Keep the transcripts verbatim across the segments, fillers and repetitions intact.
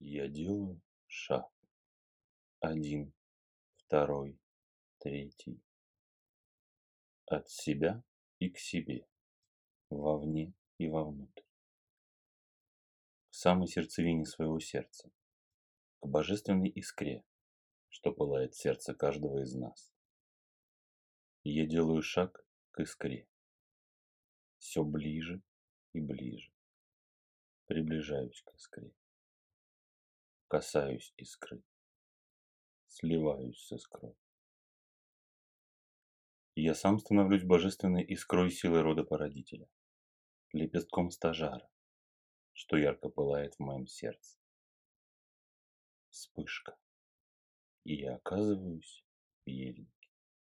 Я делаю шаг. Один, второй, третий. От себя и к себе, вовне и вовнутрь. К самой сердцевине своего сердца, к божественной искре, что пылает в сердце каждого из нас. Я делаю шаг к искре. Все ближе и ближе. Приближаюсь к искре. Касаюсь искры. Сливаюсь с искрой. Я сам становлюсь божественной искрой силы рода породителя, лепестком стажара, что ярко пылает в моем сердце. Вспышка. И я оказываюсь в ельнике.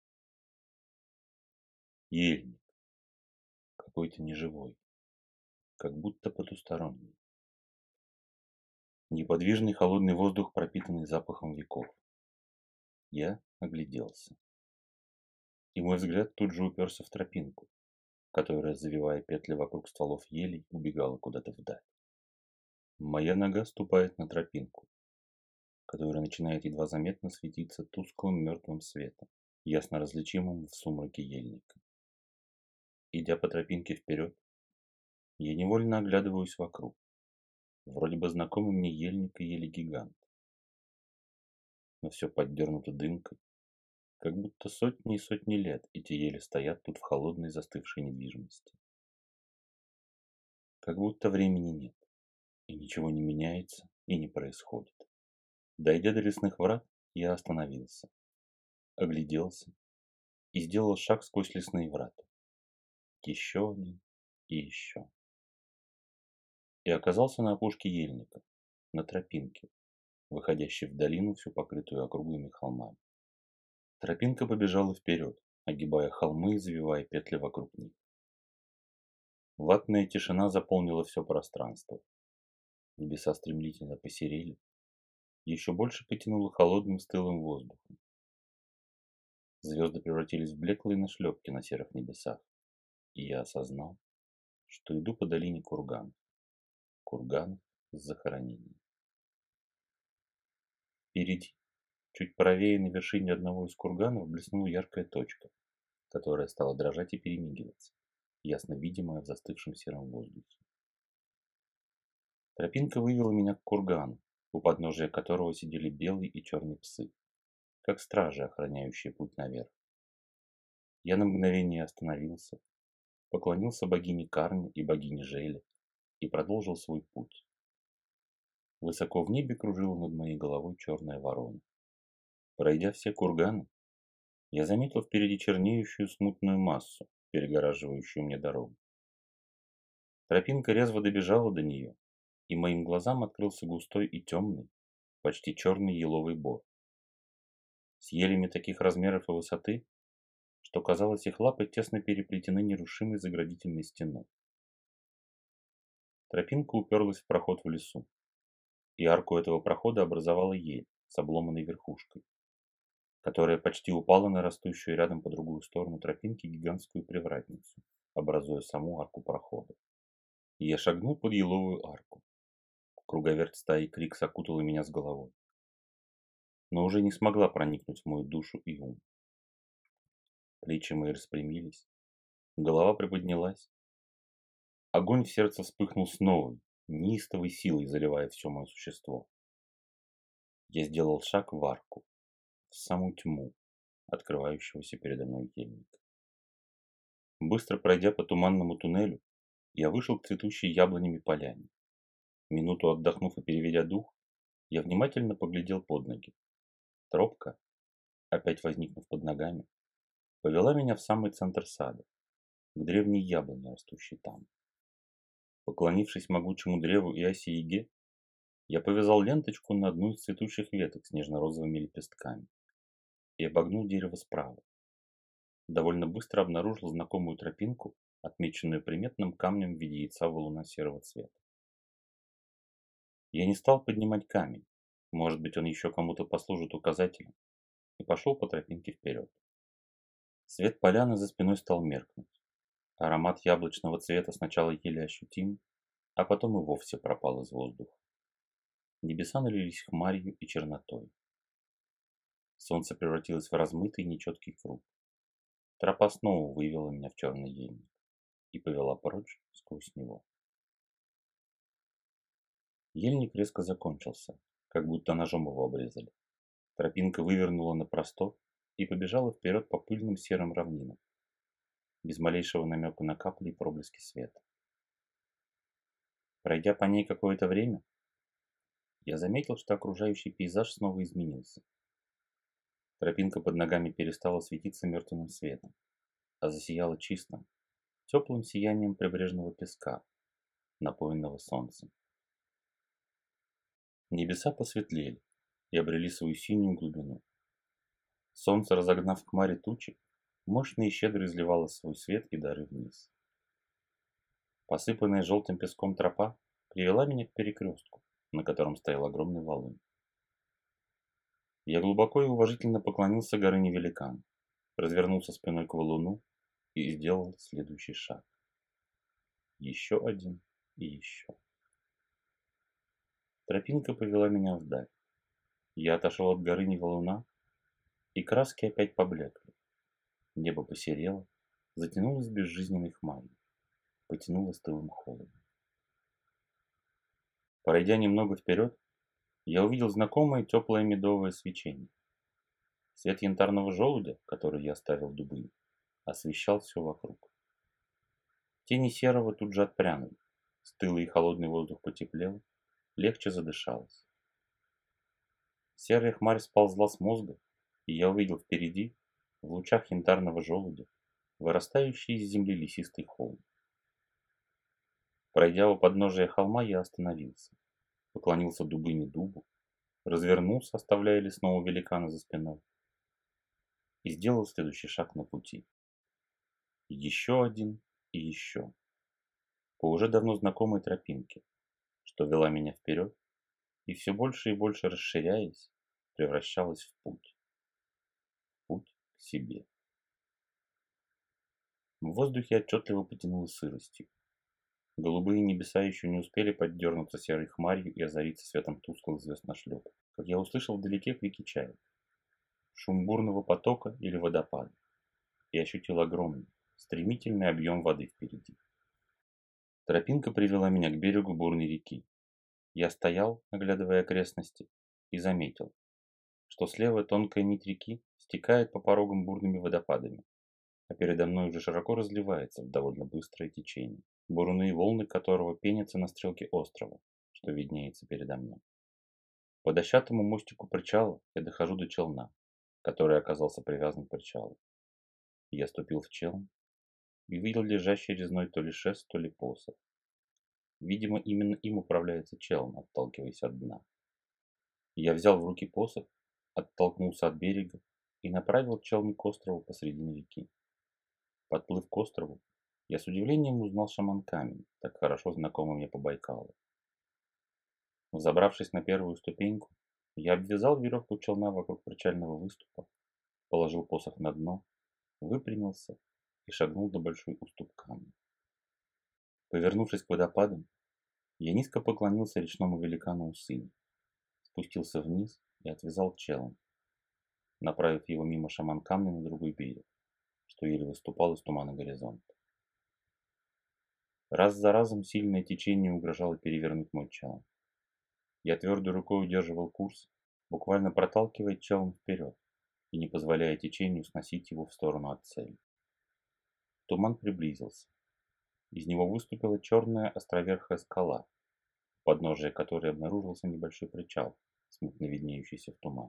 Ельник. Какой-то неживой, как будто потусторонний. Неподвижный холодный воздух, пропитанный запахом веков. Я огляделся. И мой взгляд тут же уперся в тропинку, которая, завивая петли вокруг стволов елей, убегала куда-то вдаль. Моя нога ступает на тропинку, которая начинает едва заметно светиться тусклым мертвым светом, ясно различимым в сумраке ельника. Идя по тропинке вперед, я невольно оглядываюсь вокруг. Вроде бы знакомый мне ельник и ели-гигант, но все поддернуто дымкой, как будто сотни и сотни лет эти ели стоят тут в холодной застывшей недвижимости. Как будто времени нет, и ничего не меняется и не происходит. Дойдя до лесных врат, я остановился, огляделся и сделал шаг сквозь лесные врата. Еще один и еще. И оказался на опушке ельника, на тропинке, выходящей в долину, всю покрытую округлыми холмами. Тропинка побежала вперед, огибая холмы и завивая петли вокруг них. Ватная тишина заполнила все пространство. Небеса стремительно посерели, еще больше потянуло холодным стылым воздухом. Звезды превратились в блеклые нашлепки на серых небесах, и я осознал, что иду по долине курганов, курганов с захоронением. Впереди, чуть правее на вершине одного из курганов, блеснула яркая точка, которая стала дрожать и перемигиваться, ясно видимая в застывшем сером воздухе. Тропинка вывела меня к кургану, у подножия которого сидели белые и черные псы, как стражи, охраняющие путь наверх. Я на мгновение остановился, поклонился богине Карне и богине Желе и продолжил свой путь. Высоко в небе кружила над моей головой черная ворона. Пройдя все курганы, я заметил впереди чернеющую смутную массу, перегораживающую мне дорогу. Тропинка резво добежала до нее, и моим глазам открылся густой и темный, почти черный еловый бор. С елями таких размеров и высоты, что казалось, их лапы тесно переплетены нерушимой заградительной стеной. Тропинка уперлась в проход в лесу, и арку этого прохода образовала ель с обломанной верхушкой, которая почти упала на растущую рядом по другую сторону тропинки гигантскую привратницу, образуя саму арку прохода. И я шагнул под еловую арку. Круговерть стаи Крикс окутала меня с головой, но уже не смогла проникнуть в мою душу и ум. Плечи мои распрямились, голова приподнялась. Огонь в сердце вспыхнул с новой, неистовой силой, заливая все мое существо. Я сделал шаг в арку, в саму тьму, открывающегося передо мной ельника. Быстро пройдя по туманному туннелю, я вышел к цветущей яблонями поляне. Минуту отдохнув и переведя дух, я внимательно поглядел под ноги. Тропка, опять возникнув под ногами, повела меня в самый центр сада, к древней яблоне, растущей там. Поклонившись могучему древу и осе яге, я повязал ленточку на одну из цветущих веток с нежно-розовыми лепестками и обогнул дерево справа. Довольно быстро обнаружил знакомую тропинку, отмеченную приметным камнем в виде яйца валуна серого цвета. Я не стал поднимать камень, может быть, он еще кому-то послужит указателем, и пошел по тропинке вперед. Свет поляны за спиной стал меркнуть. Аромат яблочного цвета сначала еле ощутим, а потом и вовсе пропал из воздуха. Небеса налились хмарью и чернотой. Солнце превратилось в размытый нечеткий круг. Тропа снова вывела меня в черный ельник и повела прочь сквозь него. Ельник резко закончился, как будто ножом его обрезали. Тропинка вывернула на простор и побежала вперед по пыльным серым равнинам, без малейшего намека на капли и проблески света. Пройдя по ней какое-то время, я заметил, что окружающий пейзаж снова изменился. Тропинка под ногами перестала светиться мертвенным светом, а засияла чистым, теплым сиянием прибрежного песка, напоенного солнцем. Небеса посветлели и обрели свою синюю глубину. Солнце, разогнав к хмари тучи, мощно и щедро изливало свой свет и дары вниз. Посыпанная желтым песком тропа привела меня к перекрестку, на котором стоял огромный валун. Я глубоко и уважительно поклонился горыне великану, развернулся спиной к валуну и сделал следующий шаг. Еще один и еще. Тропинка повела меня вдаль. Я отошел от горыни валуна, и краски опять поблекли. Небо посерело, затянулось безжизненной хмарью, потянуло стылым холодом. Пройдя немного вперед, я увидел знакомое теплое медовое свечение. Свет янтарного желудя, который я оставил в дубыне, освещал все вокруг. Тени серого тут же отпрянули, стылый и холодный воздух потеплел, легче задышалось. Серая хмарь сползла с мозга, и я увидел впереди, в лучах янтарного желудя, вырастающий из земли лесистый холм. Пройдя у подножия холма, я остановился, поклонился дубыне дубу, развернулся, оставляя лесного великана за спиной, и сделал следующий шаг на пути. Еще один и еще. По уже давно знакомой тропинке, что вела меня вперед, и все больше и больше расширяясь, превращалась в путь. Путь к себе. В воздухе отчетливо потянуло сыростью. Голубые небеса еще не успели поддернуться серой хмарью и озариться светом тусклых звезд на шлюпе, как я услышал вдалеке крики чаек, шум бурного потока или водопада, и ощутил огромный, стремительный объем воды впереди. Тропинка привела меня к берегу бурной реки. Я стоял, оглядывая окрестности, и заметил, что слева тонкая нить реки стекает по порогам бурными водопадами, а передо мной уже широко разливается в довольно быстрое течение, бурные волны которого пенятся на стрелке острова, что виднеется передо мной. По дощатому мостику причала я дохожу до челна, который оказался привязан к причалу. Я ступил в челн и видел лежащий резной то ли шест, то ли посох. Видимо, именно им управляется челн, отталкиваясь от дна. Я взял в руки посох, оттолкнулся от берега и направил челн к острову посредине реки. Подплыв к острову, я с удивлением узнал шаман-камень, так хорошо знакомый мне по Байкалу. Взобравшись на первую ступеньку, я обвязал веревку челна вокруг причального выступа, положил посох на дно, выпрямился и шагнул до большой уступ камня. Повернувшись к водопадам, я низко поклонился речному великану Усыни, спустился вниз и отвязал челн, направив его мимо шаман-камня на другой берег, что еле выступал из тумана горизонта. Раз за разом сильное течение угрожало перевернуть мой челн. Я твердой рукой удерживал курс, буквально проталкивая челн вперед и не позволяя течению сносить его в сторону от цели. Туман приблизился. Из него выступила черная островерхая скала, у подножия которой обнаружился небольшой причал, смутно виднеющийся в тумане.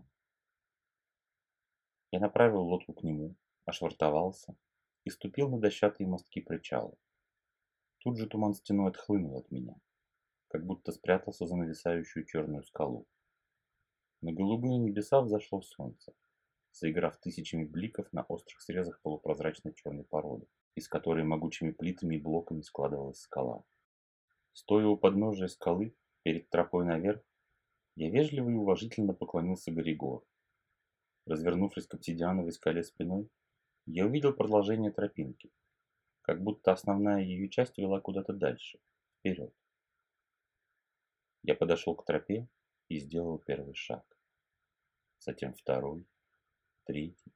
Я направил лодку к нему, ошвартовался и ступил на дощатые мостки причала. Тут же туман стеной отхлынул от меня, как будто спрятался за нависающую черную скалу. На голубые небеса взошло солнце, заиграв тысячами бликов на острых срезах полупрозрачной черной породы, из которой могучими плитами и блоками складывалась скала. Стоя у подножия скалы, перед тропой наверх, я вежливо и уважительно поклонился Горигору. Развернувшись к обсидиановой скале спиной, я увидел продолжение тропинки, как будто основная ее часть вела куда-то дальше, вперед. Я подошел к тропе и сделал первый шаг. Затем второй, третий.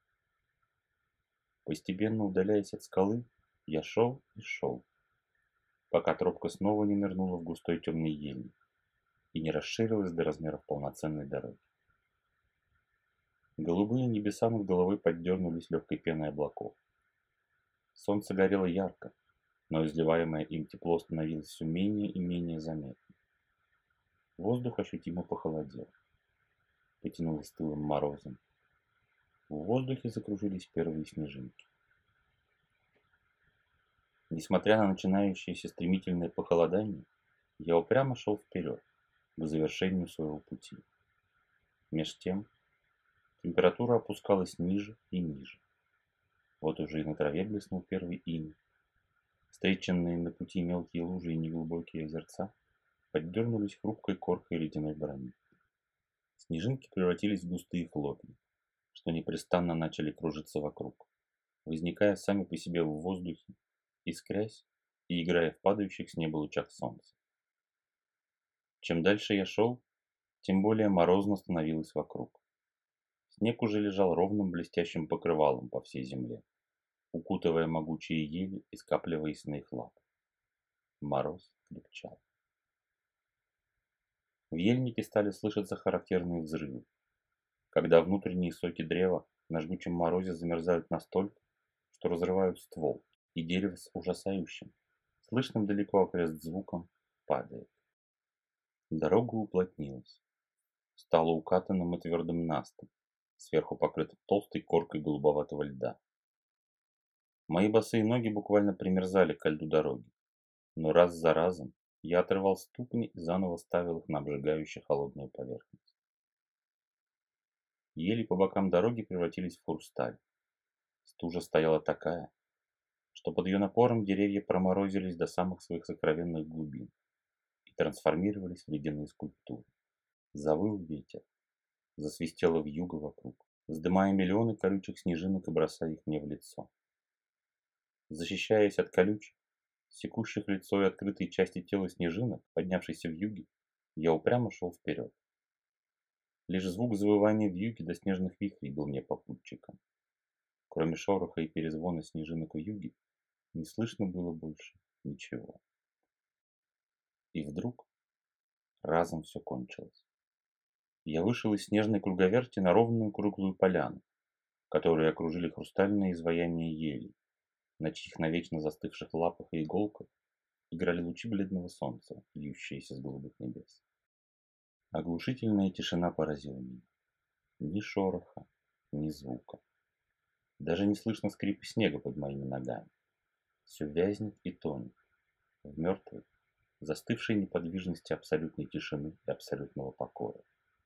Постепенно удаляясь от скалы, я шел и шел, пока тропка снова не нырнула в густой темный ельник и не расширилась до размеров полноценной дороги. Голубые небеса над головой поддернулись легкой пеной облаков. Солнце горело ярко, но изливаемое им тепло становилось все менее и менее заметным. Воздух ощутимо похолодел, потянуло стылым морозом. В воздухе закружились первые снежинки. Несмотря на начинающееся стремительное похолодание, я упрямо шел вперед, к завершению своего пути. Меж тем, температура опускалась ниже и ниже. Вот уже и на траве блеснул первый иней. Встреченные на пути мелкие лужи и неглубокие озерца поддернулись хрупкой коркой ледяной брони. Снежинки превратились в густые хлопья, что непрестанно начали кружиться вокруг, возникая сами по себе в воздухе, искрясь и играя в падающих с неба лучах солнца. Чем дальше я шел, тем более морозно становилось вокруг. Снег уже лежал ровным блестящим покрывалом по всей земле, укутывая могучие ели и скапливаясь на их лапах. Мороз крепчал. В ельнике стали слышаться характерные взрывы, когда внутренние соки древа на жгучем морозе замерзают настолько, что разрывают ствол, и дерево с ужасающим, слышным далеко окрест звуком, падает. Дорога уплотнилась, стала укатанным и твердым настом, сверху покрытым толстой коркой голубоватого льда. Мои босые ноги буквально примерзали ко льду дороги, но раз за разом я отрывал ступни и заново ставил их на обжигающую холодную поверхность. Ели по бокам дороги превратились в хрусталь. Стужа стояла такая, что под ее напором деревья проморозились до самых своих сокровенных глубин и трансформировались в ледяные скульптуры. Завыл ветер, засвистело вьюга вокруг, вздымая миллионы колючих снежинок и бросая их мне в лицо. Защищаясь от колючих, секущих лицо и открытые части тела снежинок, поднявшейся в юге, я упрямо шел вперед. Лишь звук завывания вьюги до снежных вихрей был мне попутчиком. Кроме шороха и перезвона снежинок в юге, не слышно было больше ничего. И вдруг разом все кончилось. Я вышел из снежной круговерти на ровную круглую поляну, которую окружили хрустальные изваяния елей, на чьих навечно застывших лапах и иголках играли лучи бледного солнца, льющиеся с голубых небес. Оглушительная тишина поразила меня. Ни шороха, ни звука. Даже не слышно скрипа снега под моими ногами. Все вязнет и тонет в мертвой, застывшей неподвижности абсолютной тишины и абсолютного покоя.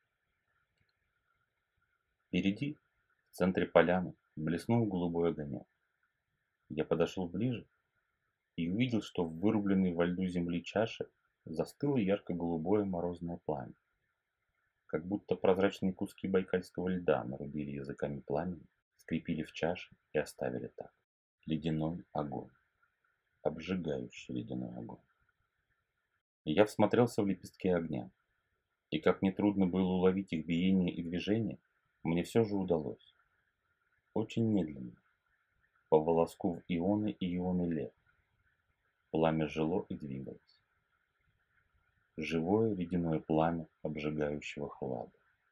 Впереди, в центре поляны, блеснул голубой огонек. Я подошел ближе и увидел, что в вырубленной во льду земли чаше застыло ярко-голубое морозное пламя. Как будто прозрачные куски байкальского льда нарубили языками пламени, скрепили в чаше и оставили так. Ледяной огонь. Обжигающий ледяной огонь. И я всмотрелся в лепестки огня. И как нетрудно было уловить их биение и движение, мне все же удалось. Очень медленно. По волоску в ионы и ионы лет. Пламя жило и двигалось. Живое ледяное пламя обжигающего хлада.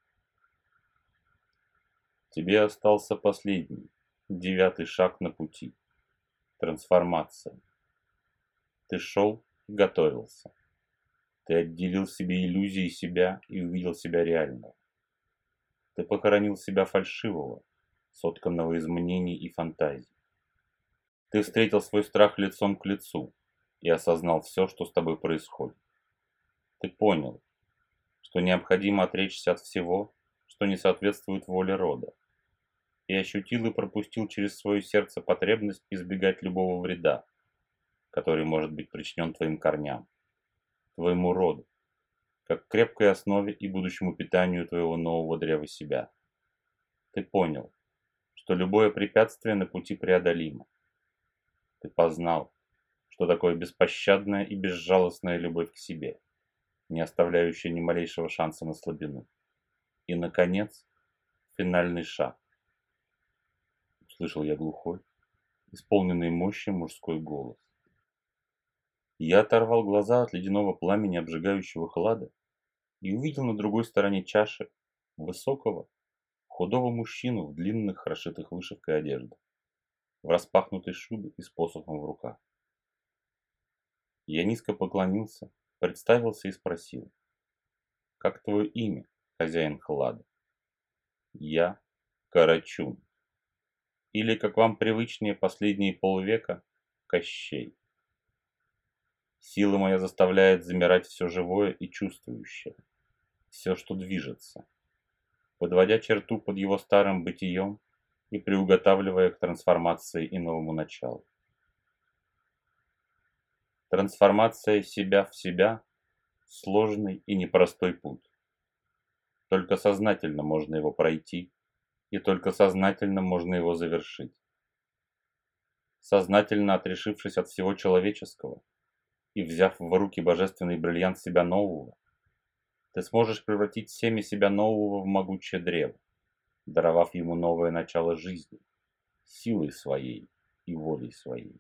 Тебе остался последний, девятый шаг на пути. Трансформация. Ты шел и готовился. Ты отделил себе иллюзии себя и увидел себя реального. Ты похоронил себя фальшивого, сотканного из мнений и фантазий. Ты встретил свой страх лицом к лицу и осознал все, что с тобой происходит. Ты понял, что необходимо отречься от всего, что не соответствует воле рода, и ощутил и пропустил через свое сердце потребность избегать любого вреда, который может быть причинен твоим корням, твоему роду, как крепкой основе и будущему питанию твоего нового древа себя. Ты понял, что любое препятствие на пути преодолимо. Ты познал, что такое беспощадная и безжалостная любовь к себе, не оставляющая ни малейшего шанса на слабину. И, наконец, финальный шаг. Услышал я глухой, исполненный мощи мужской голос. Я оторвал глаза от ледяного пламени обжигающего хлада и увидел на другой стороне чаши высокого, худого мужчину в длинных, расшитых вышивкой одеждах, в распахнутой шубе и с посохом в руках. Я низко поклонился, представился и спросил: «Как твое имя, хозяин хлада?» «Я Карачун. Или, как вам привычнее последние полвека, Кощей. Сила моя заставляет замирать все живое и чувствующее, все, что движется, подводя черту под его старым бытием и приуготавливая к трансформации и новому началу. Трансформация себя в себя – сложный и непростой путь. Только сознательно можно его пройти, и только сознательно можно его завершить. Сознательно отрешившись от всего человеческого и взяв в руки божественный бриллиант себя нового, ты сможешь превратить семя себя нового в могучее древо, даровав ему новое начало жизни, силой своей и волей своей.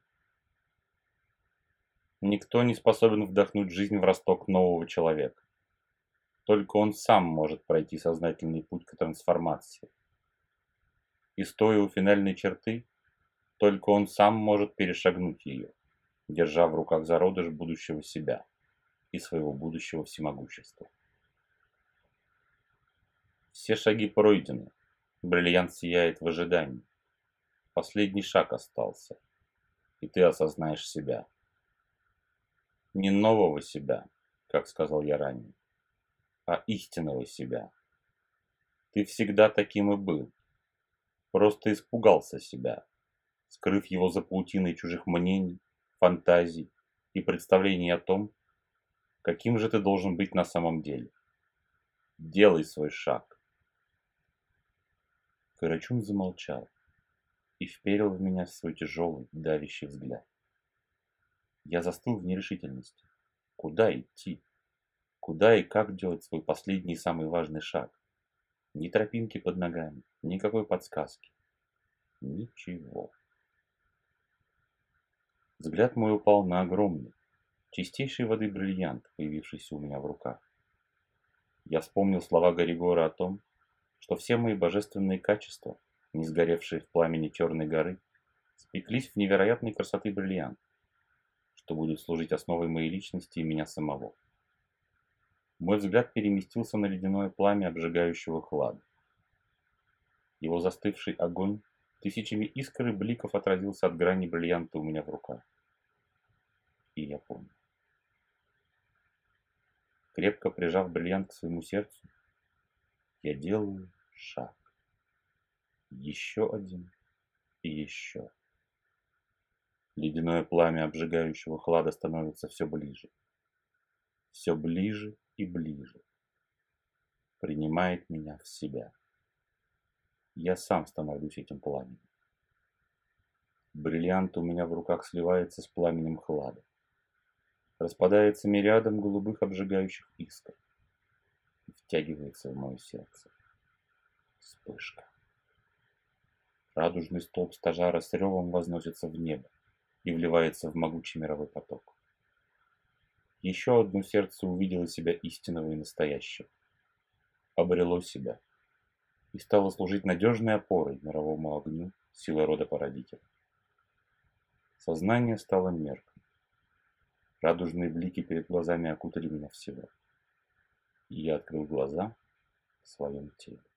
Никто не способен вдохнуть жизнь в росток нового человека. Только он сам может пройти сознательный путь к трансформации. И стоя у финальной черты, только он сам может перешагнуть ее, держа в руках зародыш будущего себя и своего будущего всемогущества. Все шаги пройдены, бриллиант сияет в ожидании. Последний шаг остался, и ты осознаешь себя. Не нового себя, как сказал я ранее, а истинного себя. Ты всегда таким и был. Просто испугался себя, скрыв его за паутиной чужих мнений, фантазий и представлений о том, каким же ты должен быть на самом деле. Делай свой шаг. Карачун замолчал и вперил в меня свой тяжелый, давящий взгляд. Я застыл в нерешительности. Куда идти? Куда и как делать свой последний и самый важный шаг? Ни тропинки под ногами, никакой подсказки. Ничего. Взгляд мой упал на огромный, чистейшей воды бриллиант, появившийся у меня в руках. Я вспомнил слова Горигора о том, что все мои божественные качества, не сгоревшие в пламени Черной горы, спеклись в невероятной красоты бриллиант, что будет служить основой моей личности и меня самого. Мой взгляд переместился на ледяное пламя обжигающего хлада. Его застывший огонь тысячами искр и бликов отразился от грани бриллианта у меня в руках. И я понял. Крепко прижав бриллиант к своему сердцу, я делаю шаг. Еще один и еще. Ледяное пламя обжигающего хлада становится все ближе. Все ближе и ближе. Принимает меня в себя. Я сам становлюсь этим пламенем. Бриллиант у меня в руках сливается с пламенем хлада. Распадается мириадом голубых обжигающих искр и втягивается в мое сердце. Вспышка. Радужный столб стажара с ревом возносится в небо и вливается в могучий мировой поток. Еще одно сердце увидело себя истинного и настоящего, обрело себя и стало служить надежной опорой мировому огню силы рода породителя. Сознание стало меркнуть. Радужные блики перед глазами окутали меня всего, и я открыл глаза в своем теле.